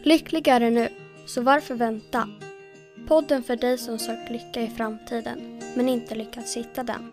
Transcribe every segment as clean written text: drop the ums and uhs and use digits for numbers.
Lyckligare nu, så varför vänta? Podden för dig som sökt lycka i framtiden, men inte lyckats hitta den.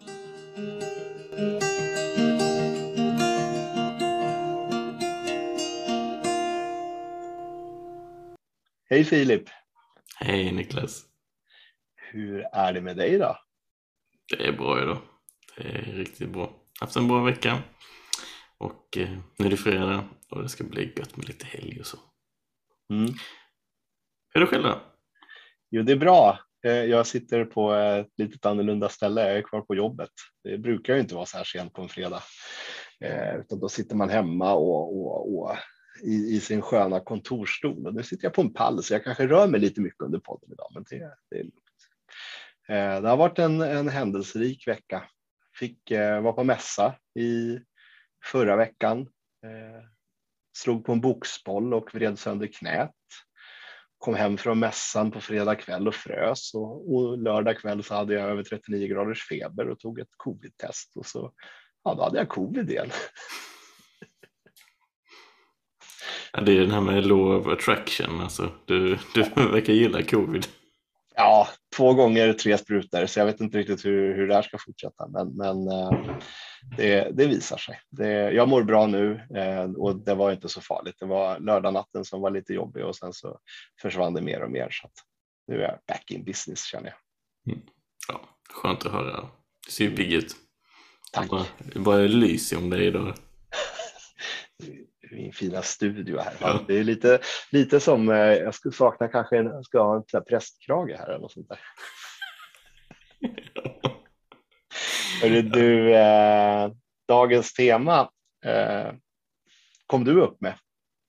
Hej Filip! Hej Niklas! Hur är det med dig då? Det är bra idag. Det är riktigt bra. Haft en bra vecka. Och nu är det fredag och det ska bli gött med lite helg och så. Hur är det själv då? Jo, det är bra. Jag sitter på ett lite annorlunda ställe. Jag är kvar på jobbet. Det brukar ju inte vara så här sent på en fredag. Utan då sitter man hemma och i sin sköna kontorstol. Och nu sitter jag på en pall så jag kanske rör mig lite mycket under podden idag. Men det är lugnt. Det har varit en händelserik vecka. Fick vara på mässa i förra veckan. Slog på en boxboll och vred sönder knät. Kom hem från mässan på fredag kväll och frös. Och lördag kväll så hade jag över 39 graders feber och tog ett covid-test. Och så då hade jag covid igen. Ja, det är den här med law of attraction. Alltså, du verkar gilla covid. Ja, 2 gånger 3 sprutor. Så jag vet inte riktigt hur det här ska fortsätta. Men det visar sig. Jag mår bra nu och det var inte så farligt. Det var lördagnatten som var lite jobbig och sen så försvann det mer och mer. Så att nu är jag back in business känner jag. Ja, skönt att höra. Det ser ju pigg ut. Tack. Bara lys om dig då. Min fina studio här. Ja. Det är lite som jag skulle sakna kanske jag ska ha en prästkrage här eller något sånt där. Hörru, du, dagens tema kom du upp med.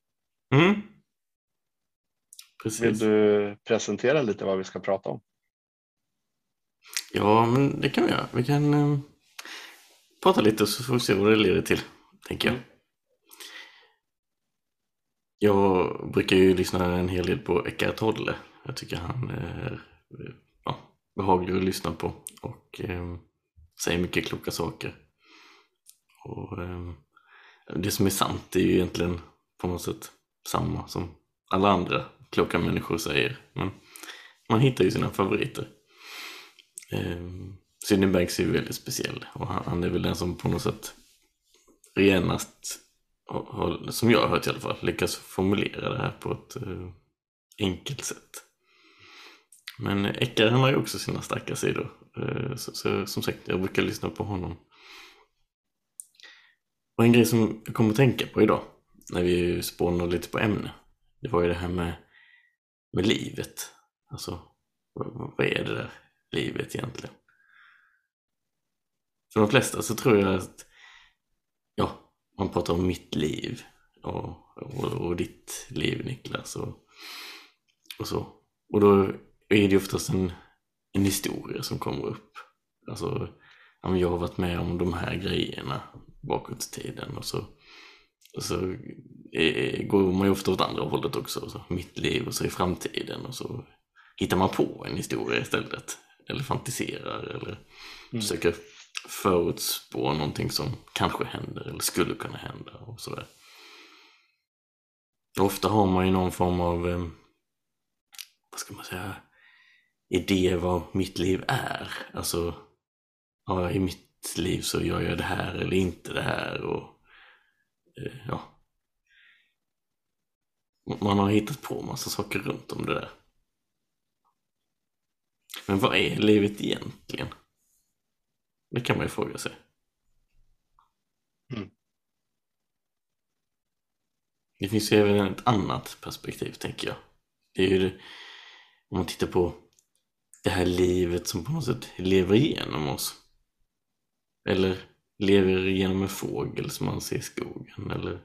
Precis. Vill du presentera lite vad vi ska prata om? Ja, men det kan vi göra. Vi kan prata lite så får vi se vad det leder till, tänker jag. Jag brukar ju lyssna en hel del på Eckhart Tolle. Jag tycker han är behaglig att lyssna på och säger mycket kloka saker. Och det som är sant är ju egentligen på något sätt samma som alla andra kloka människor säger. Men man hittar ju sina favoriter. Sydney Banks är ju väldigt speciell och han är väl den som på något sätt renast, som jag har hört i alla fall, lyckas formulera det här på ett enkelt sätt. Men Eckhart har ju också sina starka sidor. Så som sagt, jag brukar lyssna på honom. Och en grej som jag kommer att tänka på idag, när vi spånar lite på ämne, det var ju det här med livet. Alltså, vad är det där livet egentligen? För de flesta så tror jag att man pratar om mitt liv och ditt liv, Niklas, och så. Och då är det oftast en historia som kommer upp. Alltså, jag har varit med om de här grejerna bakåt i tiden och så går man ju ofta åt andra hållet också. Så mitt liv och så i framtiden och så hittar man på en historia istället. Eller fantiserar eller försöker förutspå någonting som kanske händer eller skulle kunna hända och sådär. Ofta har man ju någon form av vad ska man säga, idé vad mitt liv är. Alltså, i mitt liv så gör jag det här eller inte det här och man har hittat på massa saker runt om det där. Men vad är livet egentligen? Det kan man ju fråga sig. Det finns ju även ett annat perspektiv, tänker jag. Det är ju det, om man tittar på det här livet som på något sätt lever igenom oss. Eller lever genom en fågel som man ser i skogen. Eller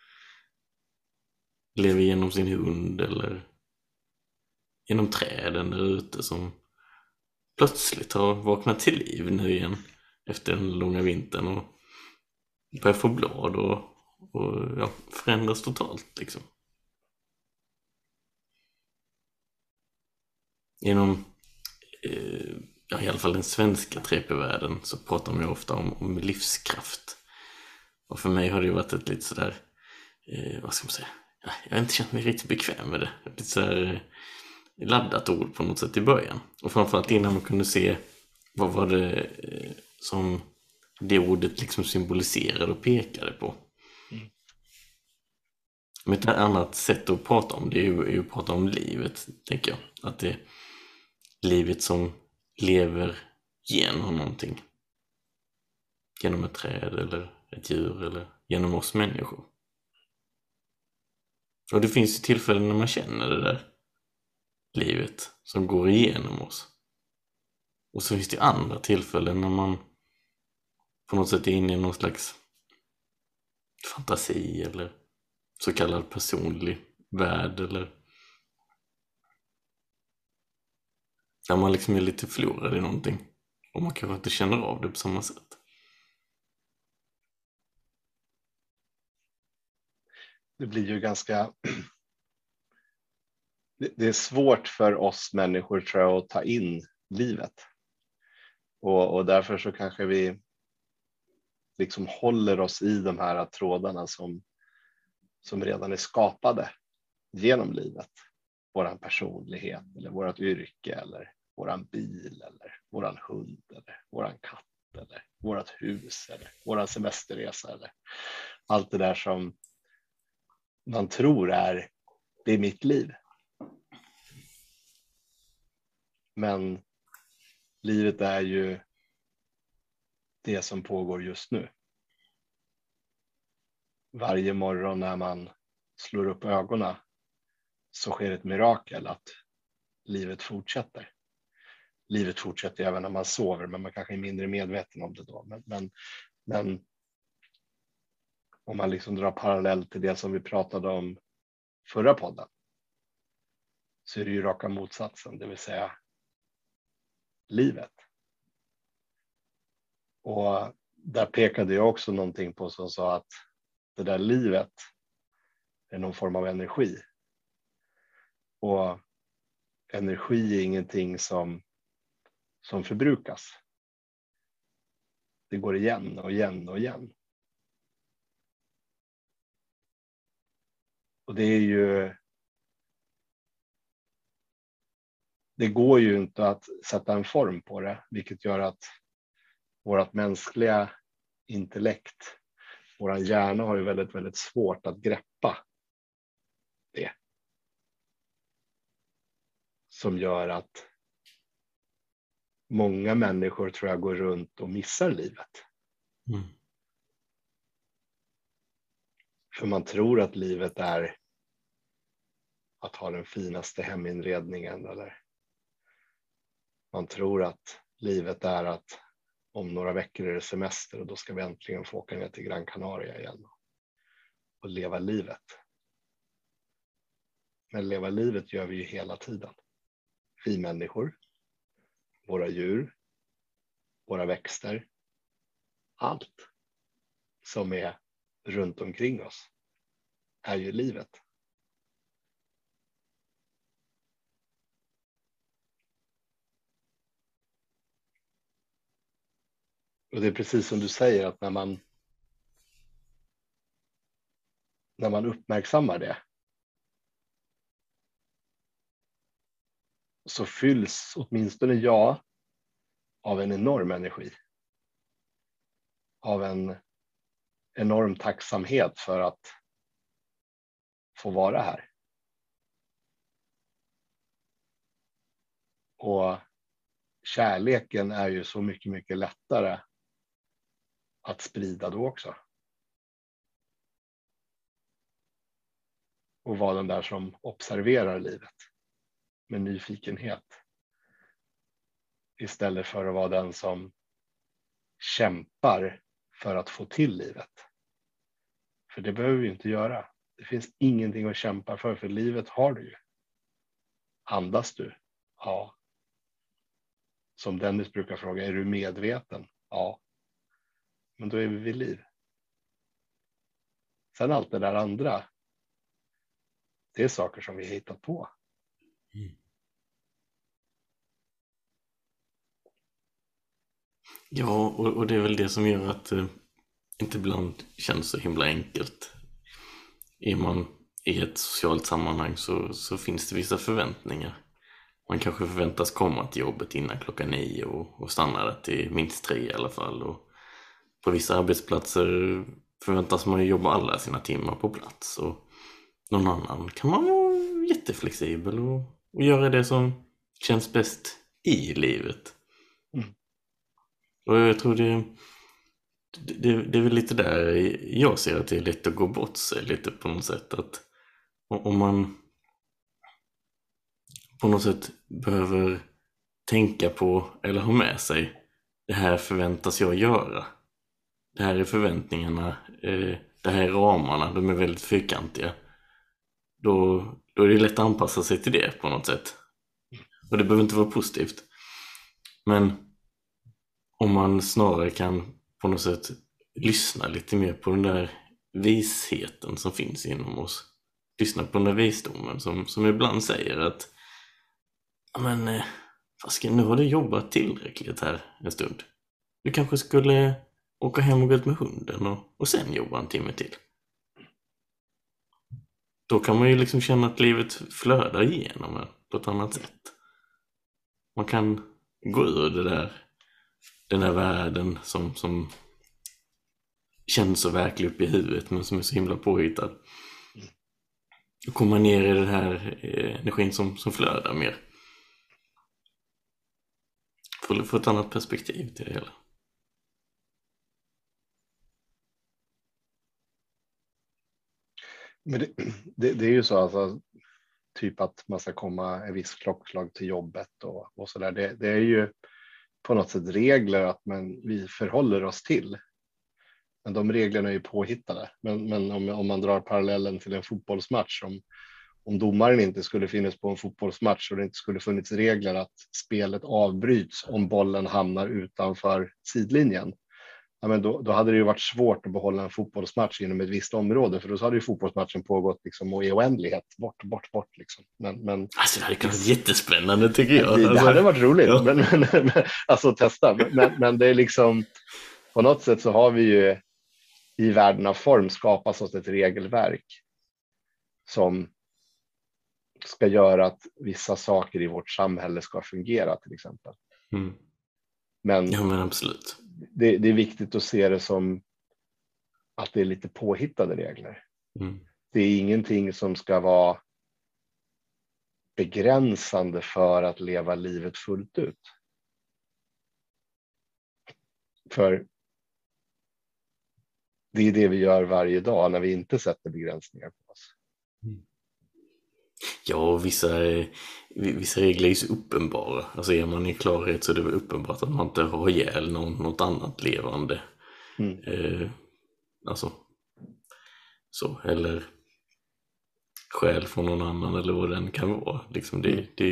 lever genom sin hund. Eller genom träden där ute som plötsligt har vaknat till liv nu igen efter den långa vintern och börjar få blad och förändras totalt liksom. Genom i alla fall den svenska 3P-världen så pratar man ju ofta om livskraft. Och för mig har det ju varit ett lite sådär vad ska man säga, jag har inte känt mig riktigt bekväm med det. Lite så här laddat ord på något sätt i början. Och framförallt innan man kunde se vad var det som det ordet liksom symboliserade och pekade på. Men ett annat sätt att prata om det är ju att prata om livet, tänker jag. Att det är livet som lever genom någonting. Genom ett träd eller ett djur eller genom oss människor. Och det finns ju tillfällen när man känner det där livet som går igenom oss. Och så finns det andra tillfällen när man på något sätt är inne i någon slags fantasi eller så kallad personlig värld, eller där man liksom är lite förlorad i någonting och man kanske inte känner av det på samma sätt. Det blir ju ganska... Det är svårt för oss människor, tror jag, att ta in livet. Och därför så kanske vi liksom håller oss i de här trådarna som redan är skapade genom livet. Våran personlighet eller vårat yrke eller våran bil eller våran hund eller våran katt eller vårat hus eller våran semesterresa eller allt det där som man tror det är mitt liv. Men livet är ju det som pågår just nu. Varje morgon när man slår upp ögonen så sker ett mirakel att livet fortsätter. Livet fortsätter även när man sover, men man kanske är mindre medveten om det då. Men om man liksom drar parallell till det som vi pratade om förra podden, så är det ju raka motsatsen, det vill säga livet. Och där pekade jag också någonting på som sa att det där livet är någon form av energi. Och energi är ingenting som förbrukas. Det går igen och igen och igen. Och det går ju inte att sätta en form på det, vilket gör att vårt mänskliga intellekt, vår hjärna har ju väldigt, väldigt svårt att greppa det. Som gör att många människor, tror jag, går runt och missar livet. Mm. För man tror att livet är att ha den finaste heminredningen, eller man tror att livet är att om några veckor är det semester och då ska vi äntligen få åka ner till Gran Canaria igen och leva livet. Men leva livet gör vi ju hela tiden. Vi människor, våra djur, våra växter, allt som är runt omkring oss är ju livet. Och det är precis som du säger, att när man uppmärksammar det så fylls åtminstone jag av en enorm energi. Av en enorm tacksamhet för att få vara här. Och kärleken är ju så mycket, mycket lättare att sprida då också. Och vara den där som observerar livet med nyfikenhet. Istället för att vara den som kämpar för att få till livet. För det behöver vi inte göra. Det finns ingenting att kämpa för livet har du ju. Andas du? Ja. Som Dennis brukar fråga, är du medveten? Ja. Men då är vi vid liv. Sen allt det där andra, det är saker som vi hittat på. Mm. Ja, och det är väl det som gör att det inte ibland känns så himla enkelt. Är man i ett socialt sammanhang så finns det vissa förväntningar. Man kanske förväntas komma till jobbet innan 9 och stanna där till minst 3 i alla fall. Och på vissa arbetsplatser förväntas man ju jobba alla sina timmar på plats. Och någon annan kan man vara jätteflexibel och göra det som känns bäst i livet. Och jag tror det är väl lite där jag ser att det är lätt att gå bort sig lite på något sätt. Att om man på något sätt behöver tänka på eller ha med sig, det här förväntas jag göra. Det här är förväntningarna, det här är ramarna, de är väldigt fyrkantiga. Då är det lätt att anpassa sig till det på något sätt. Och det behöver inte vara positivt. Men om man snarare kan på något sätt lyssna lite mer på den där visheten som finns inom oss. Lyssna på den där visdomen som ibland säger att men fasken, nu har du jobbat tillräckligt här en stund. Du kanske skulle åka hem och gå ut med hunden och sen jobba en timme till. Då kan man ju liksom känna att livet flödar igenom på ett annat sätt. Man kan gå ur den här världen som känns så verklig upp i huvudet men som är så himla påhittad. Och komma ner i den här energin som flödar mer. Få ett annat perspektiv till det hela. Men det är ju så alltså, typ att man ska komma en viss klockslag till jobbet och så där. Det är ju på något sätt regler att vi förhåller oss till. Men de reglerna är ju påhittade. Men om man drar parallellen till en fotbollsmatch, om domaren inte skulle finnas på en fotbollsmatch och det inte skulle funnits regler att spelet avbryts om bollen hamnar utanför sidlinjen, ja, men då hade det ju varit svårt att behålla en fotbollsmatch inom ett visst område, för då hade ju fotbollsmatchen pågått liksom i oändlighet, bort liksom. Men alltså det hade kunnat vara jättespännande tycker jag. Det hade varit roligt, ja. men alltså testa. Men det är liksom, på något sätt så har vi ju i världen av form skapat oss ett regelverk som ska göra att vissa saker i vårt samhälle ska fungera till exempel. Men absolut. Det är viktigt att se det som att det är lite påhittade regler. Det är ingenting som ska vara begränsande för att leva livet fullt ut. För det är det vi gör varje dag när vi inte sätter begränsningar på oss. Ja, vissa regler är så uppenbara. Alltså är man i klarhet så är det väl uppenbart att man inte har ihjäl något annat levande. Alltså så, eller skäl från någon annan eller vad den kan vara. Liksom det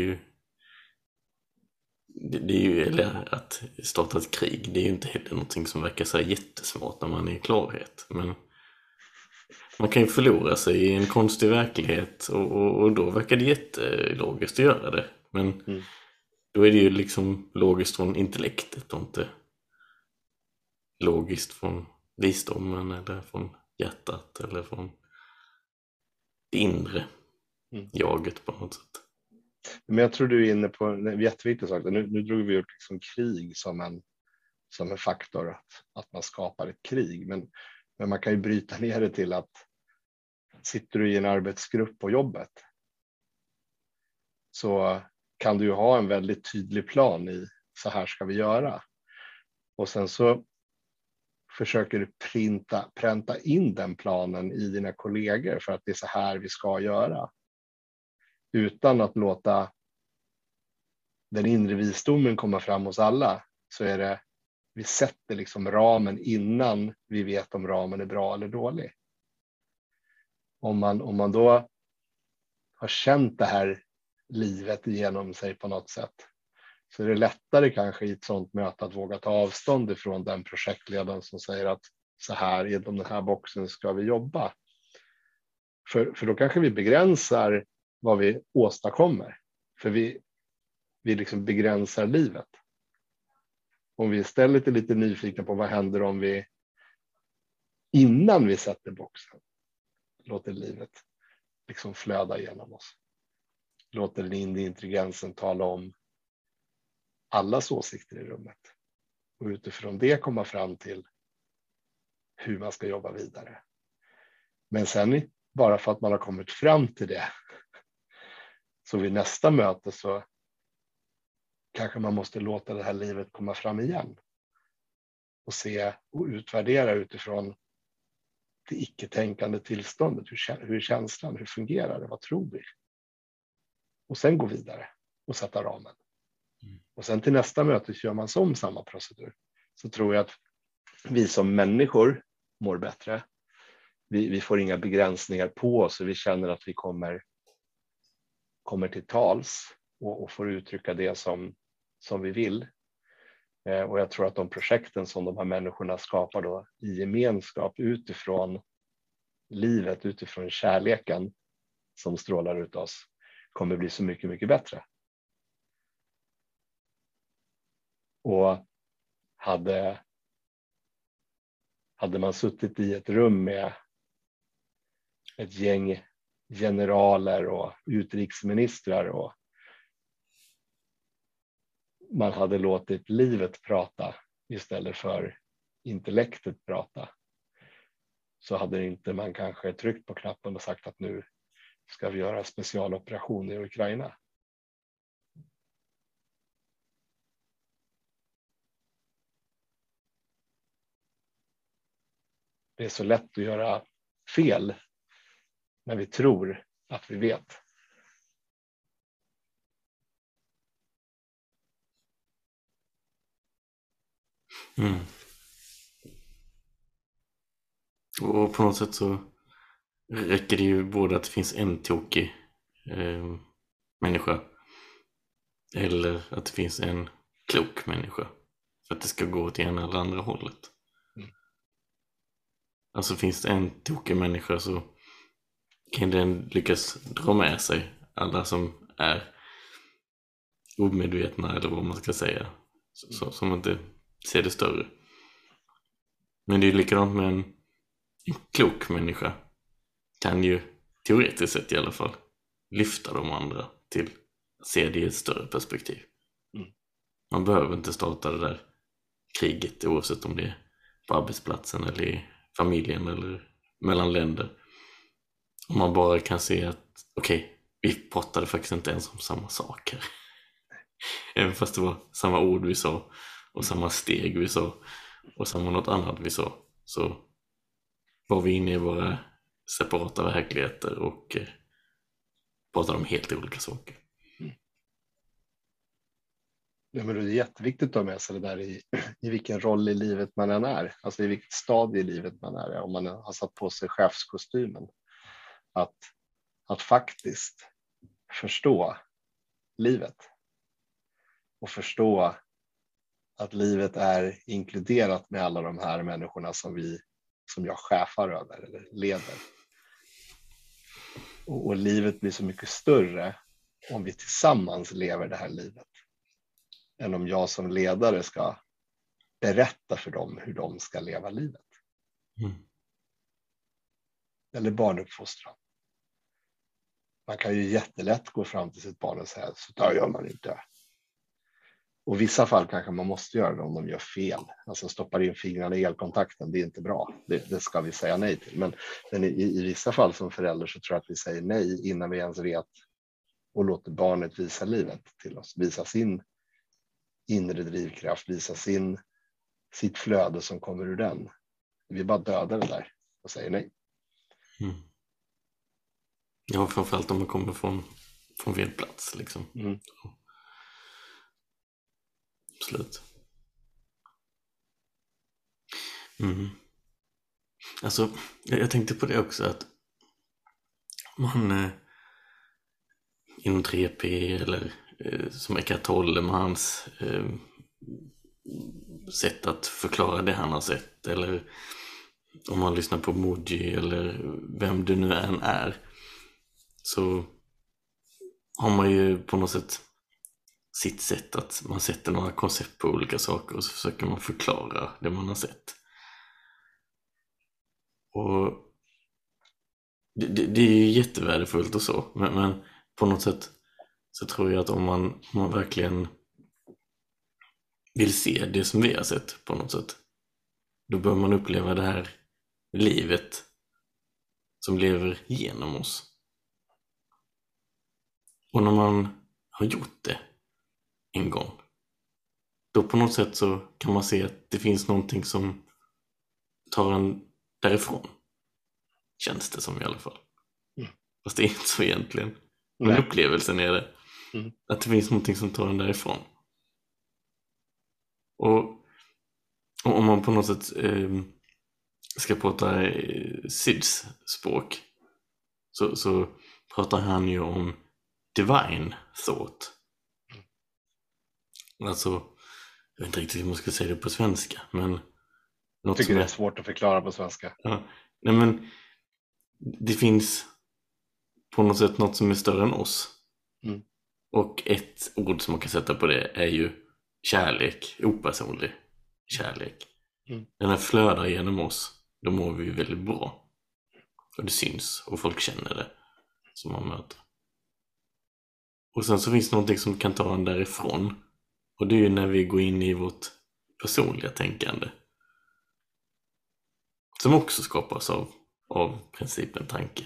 är ju eller att starta ett krig, det är ju inte heller någonting som verkar så jättesmart när man är i klarhet. Men man kan ju förlora sig i en konstig verklighet och då verkar det jättelogiskt att göra det. Men då är det ju liksom logiskt från intellektet och inte logiskt från visdomen eller från hjärtat eller från det inre jaget på något sätt. Men jag tror du är inne på en jätteviktig sak. Nu drog vi upp liksom krig som en faktor, att man skapar ett krig. Men man kan ju bryta ner det till att sitter du i en arbetsgrupp på jobbet så kan du ju ha en väldigt tydlig plan i så här ska vi göra. Och sen så försöker du pränta in den planen i dina kollegor för att det är så här vi ska göra. Utan att låta den inre visdomen komma fram hos alla, så är det, vi sätter liksom ramen innan vi vet om ramen är bra eller dålig. Om man då har känt det här livet igenom sig på något sätt, så är det lättare kanske i ett sådant möte att våga ta avstånd ifrån den projektledaren som säger att så här i den här boxen ska vi jobba. För då kanske vi begränsar vad vi åstadkommer. För vi liksom begränsar livet. Om vi istället är lite nyfikna på vad händer om vi innan vi sätter boxen låter livet liksom flöda genom oss. Låter den inre intelligensen tala om allas åsikter i rummet. Och utifrån det komma fram till hur man ska jobba vidare. Men sen bara för att man har kommit fram till det, så vid nästa möte så kanske man måste låta det här livet komma fram igen. Och se och utvärdera utifrån det icke-tänkande tillståndet. Hur är känslan? Hur fungerar det? Vad tror vi? Och sen gå vidare och sätta ramen. Och sen till nästa möte gör man som samma procedur. Så tror jag att vi som människor mår bättre. Vi får inga begränsningar på oss, och vi känner att vi kommer till tals och får uttrycka det som vi vill. Och jag tror att de projekten som de här människorna skapar då i gemenskap utifrån livet, utifrån kärleken som strålar ut oss, kommer bli så mycket, mycket bättre. Och hade man suttit i ett rum med ett gäng generaler och utrikesministrar och man hade låtit livet prata istället för intellektet prata, så hade inte man kanske tryckt på knappen och sagt att nu ska vi göra specialoperation i Ukraina. Det är så lätt att göra fel när vi tror att vi vet. Mm. Och på något sätt så räcker det ju både att det finns en tokig människa eller att det finns en klok människa för att det ska gå till ena eller andra hållet. Alltså finns det en tokig människa så kan den lyckas dra med sig alla som är omedvetna, eller vad man ska säga, som inte ser det större. Men det är ju likadant med en klok människa kan ju teoretiskt sett i alla fall lyfta de andra till att se det i ett större perspektiv. Man behöver inte starta det där kriget, oavsett om det är på arbetsplatsen eller i familjen eller mellan länder. Om man bara kan se att okej, vi pratade faktiskt inte ens om samma saker. Även fast det var samma ord vi sa och samma steg vi sa och samma något annat vi sa, så var vi inne i våra separata verkligheter och pratade om helt olika saker. Ja, men det är jätteviktigt att ha med sig det där i vilken roll i livet man än är. Alltså i vilket stadie i livet man är. Om man har satt på sig chefskostymen. Att faktiskt förstå livet. Och förstå att livet är inkluderat med alla de här människorna som jag chefar över eller leder. Och livet blir så mycket större om vi tillsammans lever det här livet. Än om jag som ledare ska berätta för dem hur de ska leva livet. Eller barnuppfostran. Man kan ju jättelätt gå fram till sitt barn och säga så där gör man inte. Och i vissa fall kanske man måste göra det om de gör fel. Alltså stoppar in fingrarna i elkontakten, det är inte bra. Det ska vi säga nej till. Men i vissa fall som förälder så tror jag att vi säger nej innan vi ens vet och låter barnet visa livet till oss. Visa sin inre drivkraft, visa sitt flöde som kommer ur den. Vi bara dödar det där och säger nej. Ja, framförallt om man kommer från fel plats liksom. Absolut. Alltså, jag tänkte på det också, att man inom 3P eller som Eckart Tolle med hans sätt att förklara det han har sett, eller om man lyssnar på Mooji eller vem det nu än är, så har man ju på något sätt sitt sätt att man sätter några koncept på olika saker och så försöker man förklara det man har sett. Och det är ju jättevärdefullt och så, men på något sätt så tror jag att om man verkligen vill se det som vi har sett på något sätt, då bör man uppleva det här livet som lever genom oss. Och när man har gjort det en gång, då på något sätt så kan man se att det finns någonting som tar en därifrån. Känns det som i alla fall. Fast det är inte så egentligen. Men upplevelsen är det. Att det finns någonting som tar en därifrån. Och om man på något sätt ska prata Sids språk, så pratar han ju om divine thought. Alltså, jag vet inte riktigt hur man ska säga det på svenska, men jag tycker det är svårt att förklara på svenska. Ja, nej men det finns på något sätt något som är större än oss. Och ett ord som man kan sätta på det är ju kärlek, opersonlig kärlek. När den flödar genom oss, då mår vi väldigt bra. Och det syns, och folk känner det som man möter. Och sen så finns det någonting som kan ta en därifrån. Och det är ju när vi går in i vårt personliga tänkande. Som också skapas av principen tanke.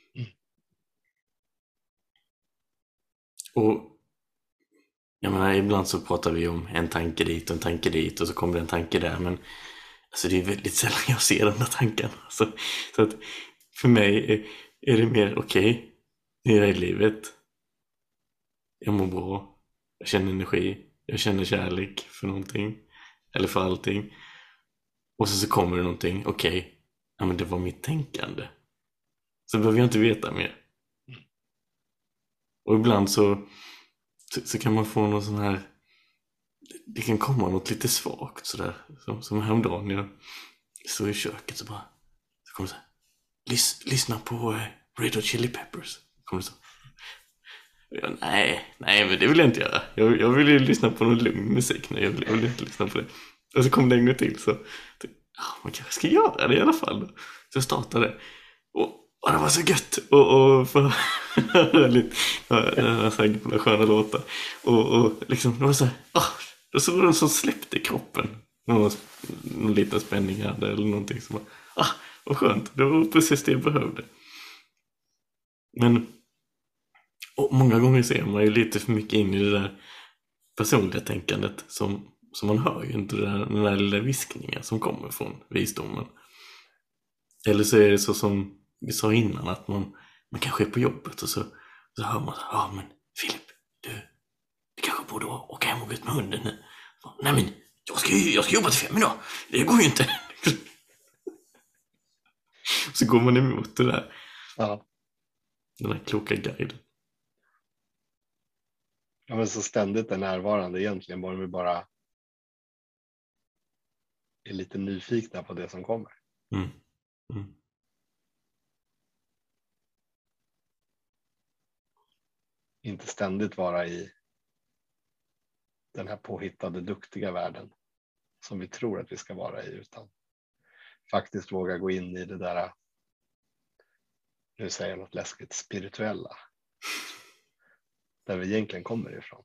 Och jag menar, ibland så pratar vi om en tanke dit och en tanke dit, och så kommer det en tanke där, men alltså det är väldigt sällan jag ser den där tanken. Alltså, så att för mig är det mer okej, nu är jag i livet. Jag mår bra. Jag känner energi. Jag känner kärlek för någonting. Eller för allting. Och så kommer det någonting. Okej. Ja, men det var mitt tänkande. Så behöver jag inte veta mer. Och ibland så kan man få någon sån här... Det kan komma något lite svagt sådär. Som häromdagen när jag stod i köket så bara... Så kommer det så här. Lyssna på Red Hot Chili Peppers. Kommer det så. Nej, men det vill jag inte göra. Jag vill ju lyssna på någon lugn musik. Jag vill inte lyssna på det. Och så kom det en gång till, så man kanske ska göra det i alla fall då. Så jag startade. Och det var så gött. Och för höra lite så här sköna låtar. Och liksom, det var så här, då så var det som släppte kroppen. Någon liten spänning hade eller någonting som var, vad skönt. Det var precis det jag behövde. Men och många gånger ser man ju lite för mycket in i det där personliga tänkandet som man hör ju inte den där lilla viskningen som kommer från visdomen. Eller så är det så som vi sa innan, att man kanske är på jobbet och så hör man, men Filip, du kanske borde åka hem och gå ut med hunden nu. Nej men, jag ska jobba till 5 idag. Det går ju inte. Så går man emot det där. Ja. Den där kloka guiden. Ja, men så ständigt är närvarande egentligen, bara vi bara är lite nyfikna på det som kommer. Inte ständigt vara i den här påhittade duktiga världen som vi tror att vi ska vara i, utan faktiskt våga gå in i det där, nu säger jag något läskigt, spirituella. Där vi egentligen kommer ifrån.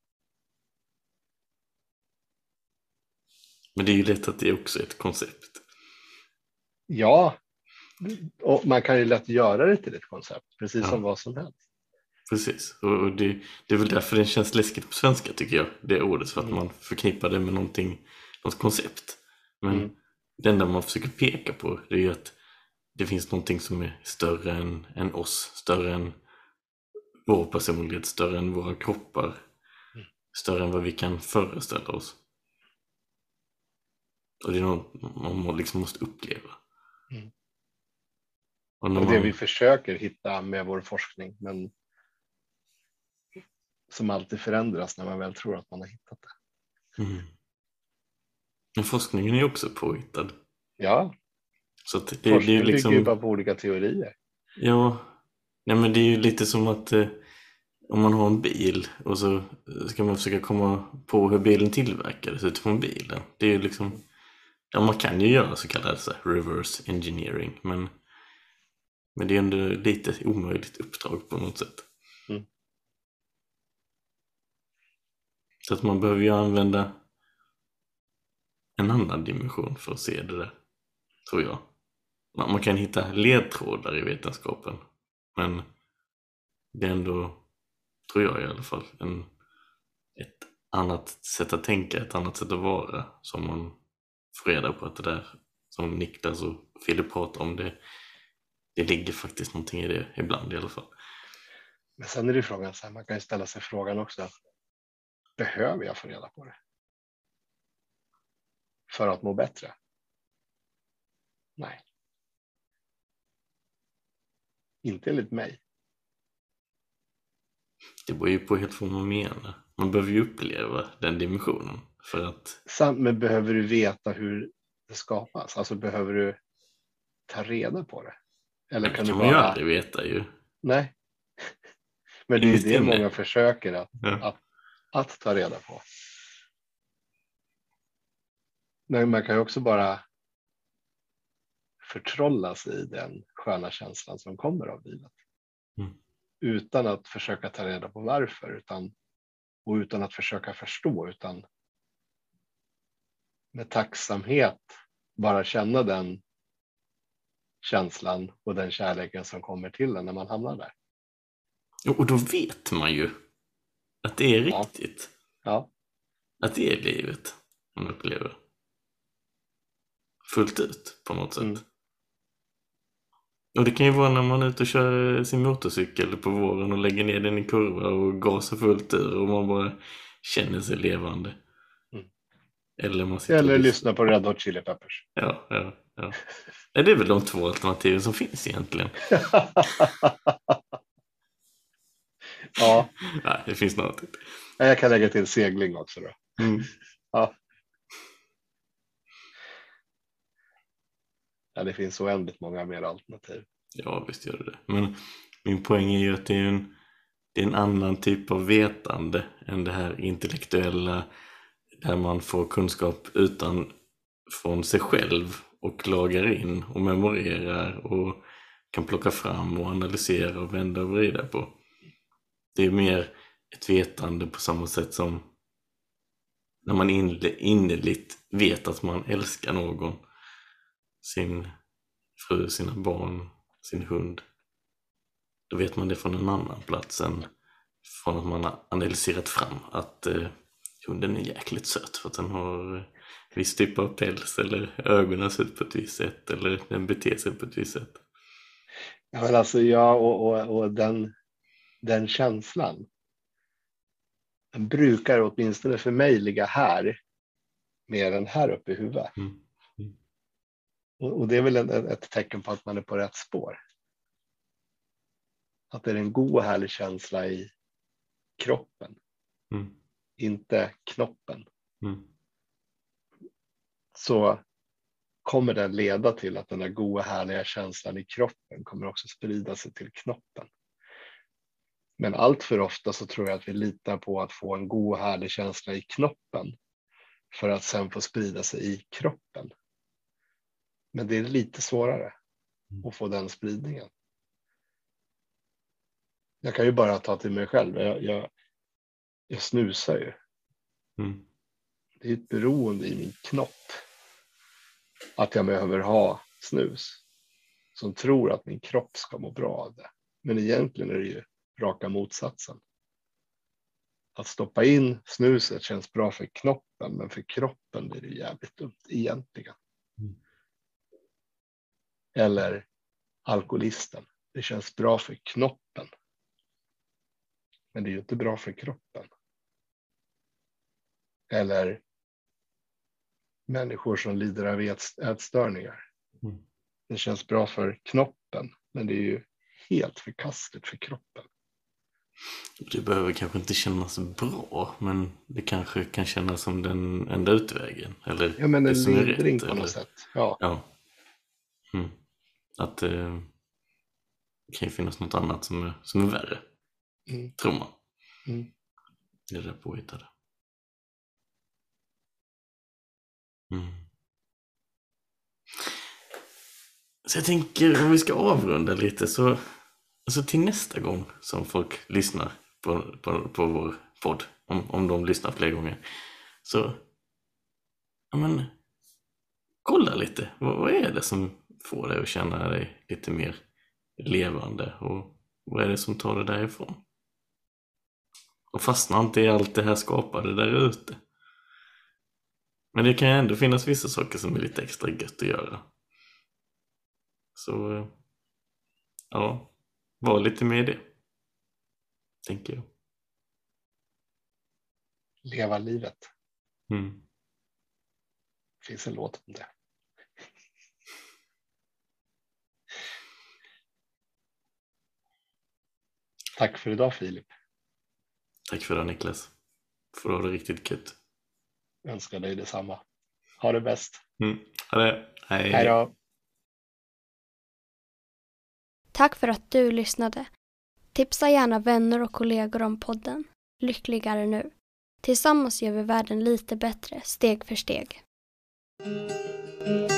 Men det är ju lätt att det är också ett koncept. Ja, och man kan ju lätt göra det till ett koncept, precis som vad som helst. Precis, och det är väl därför det känns läskigt på svenska, tycker jag, det ordet, för att man förknippar det med något koncept. Men det enda man försöker peka på, det är ju att det finns någonting som är större än oss, större än vår personlighet, större än våra kroppar, större än vad vi kan föreställa oss. Och det är något man liksom måste uppleva. Och det vi försöker hitta med vår forskning, men som alltid förändras när man väl tror att man har hittat det. Men forskningen är ju också påhittad. Ja, så att forskningen det är liksom... bygger ju bara på olika teorier. Ja, men det är ju lite som att om man har en bil och så ska man försöka komma på hur bilen tillverkades utifrån bilen. Det är ju liksom, man kan ju göra så kallad reverse engineering, men Men det är ändå lite omöjligt uppdrag på något sätt. Mm. Så att man behöver ju använda en annan dimension för att se det där, tror jag. Man kan hitta ledtrådar i vetenskapen, men det är ändå, tror jag i alla fall, ett annat sätt att tänka, ett annat sätt att vara, som man får reda på att det där som Niklas och Filip pratar om, det ligger faktiskt någonting i det ibland i alla fall. Men sen är det frågan så här, man kan ju ställa sig frågan också, behöver jag få reda på det? För att må bättre? Nej. Inte enligt mig. Det beror ju på helt vad man menar. Man behöver ju uppleva den dimensionen för att... Men behöver du veta hur det skapas? Alltså behöver du ta reda på det? Eller Det kan kan du man ju bara... aldrig veta ju. Nej. Men det är ju Innerst det inne. många försöker Ja. att ta reda på. Men man kan ju också bara förtrollas i den sköna känslan som kommer av livet. Mm. Utan att försöka ta reda på varför, och utan att försöka förstå, utan med tacksamhet bara känna den känslan och den kärleken som kommer till en när man hamnar där. Och då vet man ju att det är Ja. riktigt. Ja. Att det är livet man upplever. Fullt ut på något sätt. Mm. Och det kan ju vara när man är ute och kör sin motorcykel på våren och lägger ner den i kurva och gasar fullt ur och man bara känner sig levande. Mm. Eller man sitter Eller och lyssna på Red Hot Chili Peppers. Ja. Det är väl de två alternativen som finns egentligen. Ja. Nej, det finns något. Jag kan lägga till segling också då. Mm. Ja. Ja, det finns oändligt många mer alternativ. Ja, visst gör det. Men min poäng är ju att det är en annan typ av vetande än det här intellektuella där man får kunskap utan från sig själv och lagar in och memorerar och kan plocka fram och analysera och vända och vrida på. Det är mer ett vetande på samma sätt som när man innerligt vet att man älskar någon, sin fru, sina barn, sin hund. Då vet man det från en annan plats än från att man har analyserat fram att hunden är jäkligt söt för att den har viss typ av päls eller ögonen ser ut på ett visst sätt eller den beter sig på ett visst sätt. Ja, men alltså och den känslan, den brukar åtminstone för mig ligga här mer än här uppe i huvudet. Mm. Och det är väl ett tecken på att man är på rätt spår. Att det är en god och härlig känsla i kroppen. Mm. Inte knoppen. Mm. Så kommer den leda till att den där goda härliga känslan i kroppen kommer också sprida sig till knoppen. Men allt för ofta så tror jag att vi litar på att få en god och härlig känsla i knoppen för att sen få sprida sig i kroppen. Men det är lite svårare att få den spridningen. Jag kan ju bara ta till mig själv. Jag snusar ju. Mm. Det är ett beroende i min knopp att jag behöver ha snus som tror att min kropp ska må bra av det. Men egentligen är det ju raka motsatsen. Att stoppa in snuset känns bra för knoppen, men för kroppen blir det jävligt dumt egentligen. Mm. Eller alkoholisten. Det känns bra för knoppen. Men det är ju inte bra för kroppen. Eller människor som lider av ätstörningar. Mm. Det känns bra för knoppen, men det är ju helt förkastligt för kroppen. Det behöver kanske inte kännas bra, men det kanske kan kännas som den enda utvägen. Eller Ja, men det en som är lindring rätt, på något sätt. Ja. Ja. Mm. Att det kan ju finnas något annat som är värre. Mm. Tror man. Mm. Det är det påhittade. Mm. Så jag tänker om vi ska avrunda lite så alltså till nästa gång som folk lyssnar på vår podd, om de lyssnar fler gånger, så ja, men kolla lite, vad är det som får dig att känna dig lite mer levande och vad är det som tar dig därifrån? Och fastna inte i allt det här skapade där ute. Men det kan ju ändå finnas vissa saker som är lite extra gött att göra. Så ja, var lite med det, tänker jag. Leva livet. Mm. Det finns en låt om det. Tack för idag, Filip. Tack för det, Niklas. Får du ha det riktigt gött. Jag önskar dig detsamma. Ha det bäst. Ha det. Hej. Hej då. Tack för att du lyssnade. Tipsa gärna vänner och kollegor om podden. Lyckligare nu. Tillsammans gör vi världen lite bättre, steg för steg.